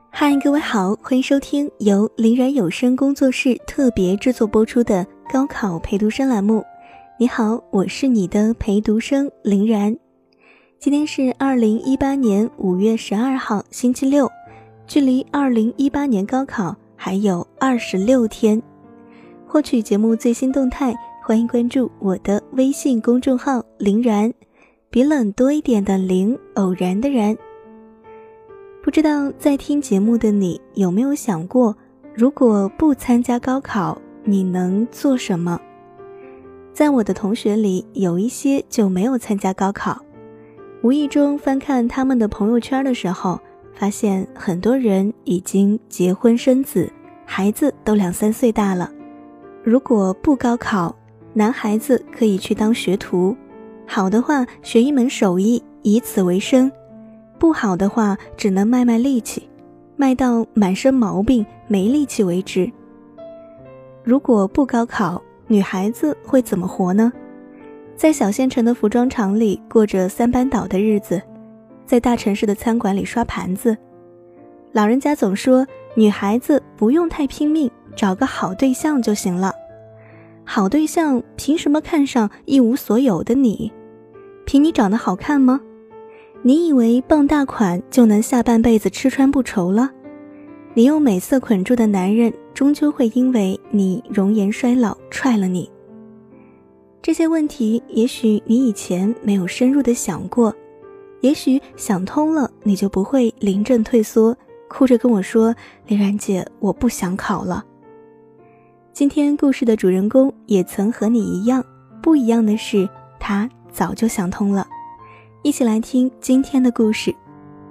嗨，各位好，欢迎收听由林然有声工作室特别制作播出的高考陪读生栏目。你好，我是你的陪读生林然。今天是2018年5月12号星期六，距离2018年高考还有26天。获取节目最新动态，欢迎关注我的微信公众号林然，比冷多一点的林，偶然的然。不知道在听节目的你有没有想过，如果不参加高考，你能做什么？在我的同学里，有一些就没有参加高考。无意中翻看他们的朋友圈的时候，发现很多人已经结婚生子，孩子都2-3岁大了。如果不高考，男孩子可以去当学徒，好的话学一门手艺，以此为生。不好的话，只能卖力气，卖到满身毛病没力气为止。如果不高考，女孩子会怎么活呢？在小县城的服装厂里过着3班倒的日子，在大城市的餐馆里刷盘子。老人家总说，女孩子不用太拼命，找个好对象就行了。好对象凭什么看上一无所有的你？凭你长得好看吗？你以为傍大款就能下半辈子吃穿不愁了？你用美色捆住的男人，终究会因为你容颜衰老踹了你。这些问题也许你以前没有深入的想过，也许想通了，你就不会临阵退缩，哭着跟我说，林然姐，我不想考了。今天故事的主人公也曾和你一样，不一样的是，他早就想通了。一起来听今天的故事。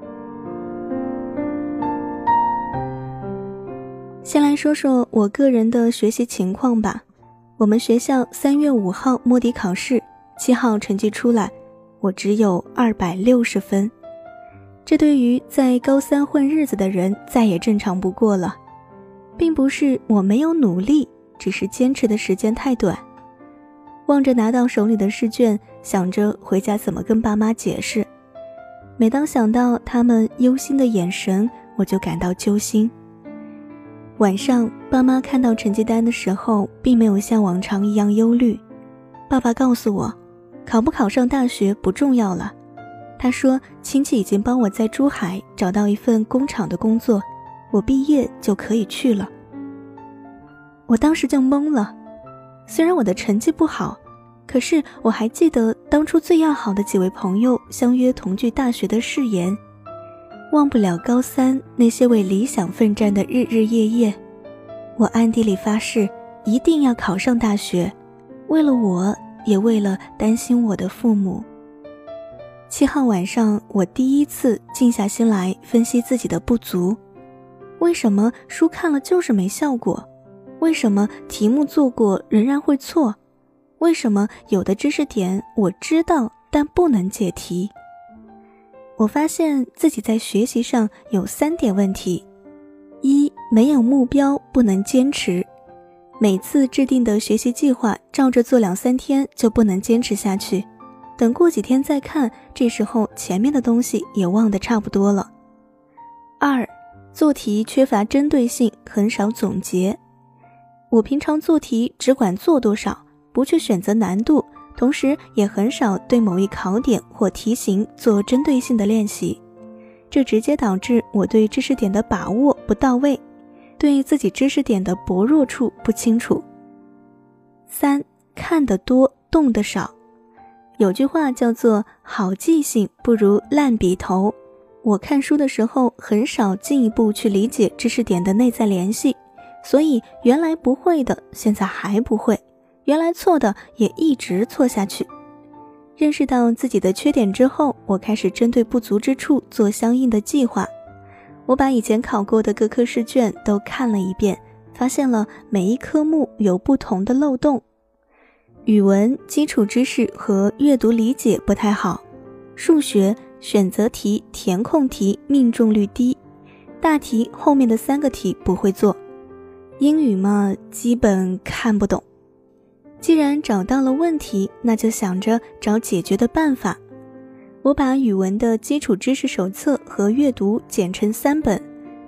先来说说我个人的学习情况吧。我们学校3月5号摸底考试，7号成绩出来，我只有260分。这对于在高3混日子的人再也正常不过了。并不是我没有努力，只是坚持的时间太短。望着拿到手里的试卷，想着回家怎么跟爸妈解释。每当想到他们忧心的眼神，我就感到揪心。晚上，爸妈看到成绩单的时候，并没有像往常一样忧虑。爸爸告诉我，考不考上大学不重要了。他说，亲戚已经帮我在珠海找到一份工厂的工作，我毕业就可以去了。我当时就懵了。虽然我的成绩不好，可是我还记得当初最要好的几位朋友相约同聚大学的誓言，忘不了高3那些为理想奋战的日日夜夜。我暗地里发誓，一定要考上大学，为了我，也为了担心我的父母。7号晚上，我第一次静下心来分析自己的不足。为什么书看了就是没效果？为什么题目做过仍然会错？为什么有的知识点我知道但不能解题？我发现自己在学习上有3点问题。1，没有目标不能坚持。每次制定的学习计划照着做2-3天就不能坚持下去，等过几天再看，这时候前面的东西也忘得差不多了。2，做题缺乏针对性，很少总结。我平常做题只管做多少，不去选择难度，同时也很少对某一考点或题型做针对性的练习，这直接导致我对知识点的把握不到位，对自己知识点的薄弱处不清楚。3，看得多，动得少。有句话叫做好记性不如烂笔头。我看书的时候很少进一步去理解知识点的内在联系，所以原来不会的现在还不会，原来错的也一直错下去。认识到自己的缺点之后，我开始针对不足之处做相应的计划。我把以前考过的各科试卷都看了一遍，发现了每一科目有不同的漏洞。语文基础知识和阅读理解不太好，数学选择题、填空题命中率低，大题后面的3个题不会做，英语嘛，基本看不懂。既然找到了问题，那就想着找解决的办法。我把语文的基础知识手册和阅读剪成3本，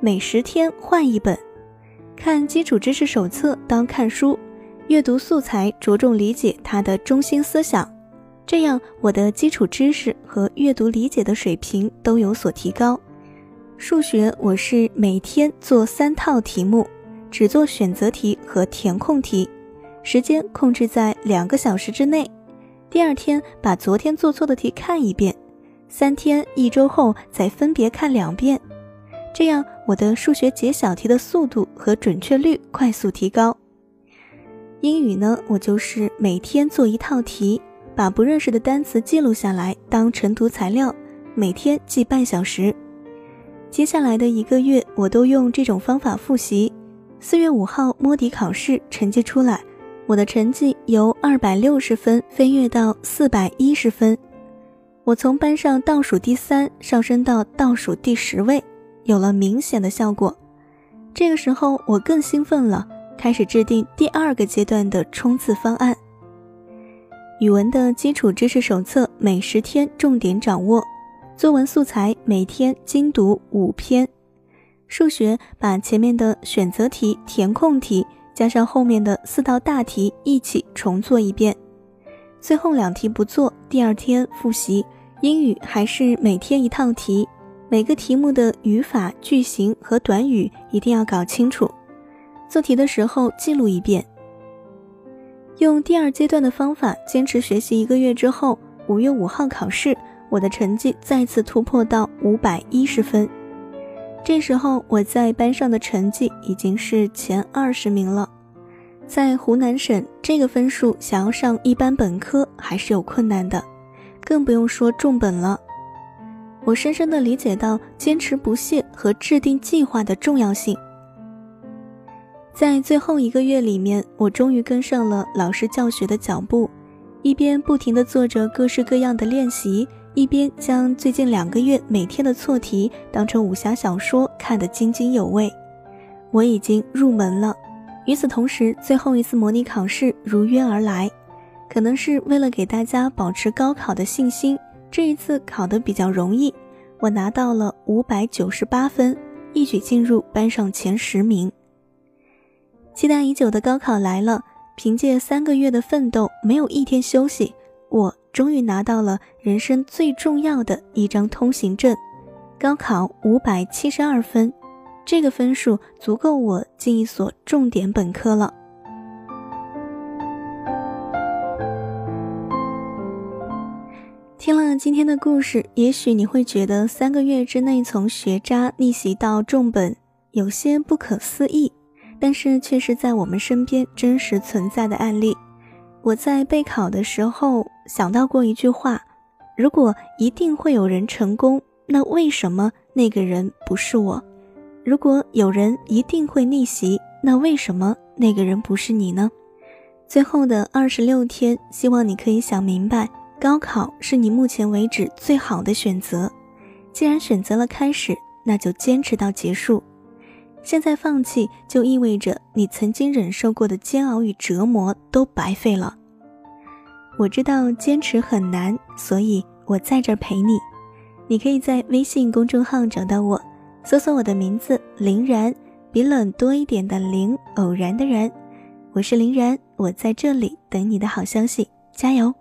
每10天换一本，看基础知识手册当看书，阅读素材着重理解它的中心思想，这样我的基础知识和阅读理解的水平都有所提高。数学我是每天做3套题目，只做选择题和填空题，时间控制在2个小时之内。第二天把昨天做错的题看一遍，3天1周后再分别看2遍，这样我的数学解小题的速度和准确率快速提高。英语呢，我就是每天做1套题，把不认识的单词记录下来当晨读材料，每天记半小时。接下来的1个月我都用这种方法复习。4月5号摸底考试成绩出来，我的成绩由260分飞跃到410分，我从班上倒数第3上升到倒数第10位，有了明显的效果。这个时候我更兴奋了，开始制定第2个阶段的冲刺方案。语文的基础知识手册每10天重点掌握，作文素材每天精读5篇。数学把前面的选择题、填空题加上后面的4道大题一起重做一遍，最后2题不做，第2天复习。英语还是每天1套题，每个题目的语法、句型和短语一定要搞清楚，做题的时候记录一遍。用第2阶段的方法坚持学习1个月之后，5月5号考试，我的成绩再次突破到510分。这时候我在班上的成绩已经是前20名了，在湖南省这个分数想要上一般本科还是有困难的，更不用说重本了。我深深地理解到坚持不懈和制定计划的重要性。在最后1个月里面，我终于跟上了老师教学的脚步，一边不停地做着各式各样的练习，一边将最近2个月每天的错题当成武侠小说看得津津有味。我已经入门了。与此同时，最后一次模拟考试如约而来，可能是为了给大家保持高考的信心，这一次考得比较容易，我拿到了598分，一举进入班上前10名。期待已久的高考来了，凭借3个月的奋斗，没有1天休息，我终于拿到了人生最重要的一张通行证，高考572分，这个分数足够我进一所重点本科了。听了今天的故事，也许你会觉得3个月之内从学渣逆袭到重本有些不可思议，但是却是在我们身边真实存在的案例。我在备考的时候想到过一句话，如果一定会有人成功，那为什么那个人不是我？如果有人一定会逆袭，那为什么那个人不是你呢？最后的26天，希望你可以想明白，高考是你目前为止最好的选择。既然选择了开始，那就坚持到结束。现在放弃，就意味着你曾经忍受过的煎熬与折磨都白费了。我知道坚持很难，所以我在这儿陪你。你可以在微信公众号找到我，搜索我的名字林然，比冷多一点的林，偶然的然。我是林然，我在这里等你的好消息，加油！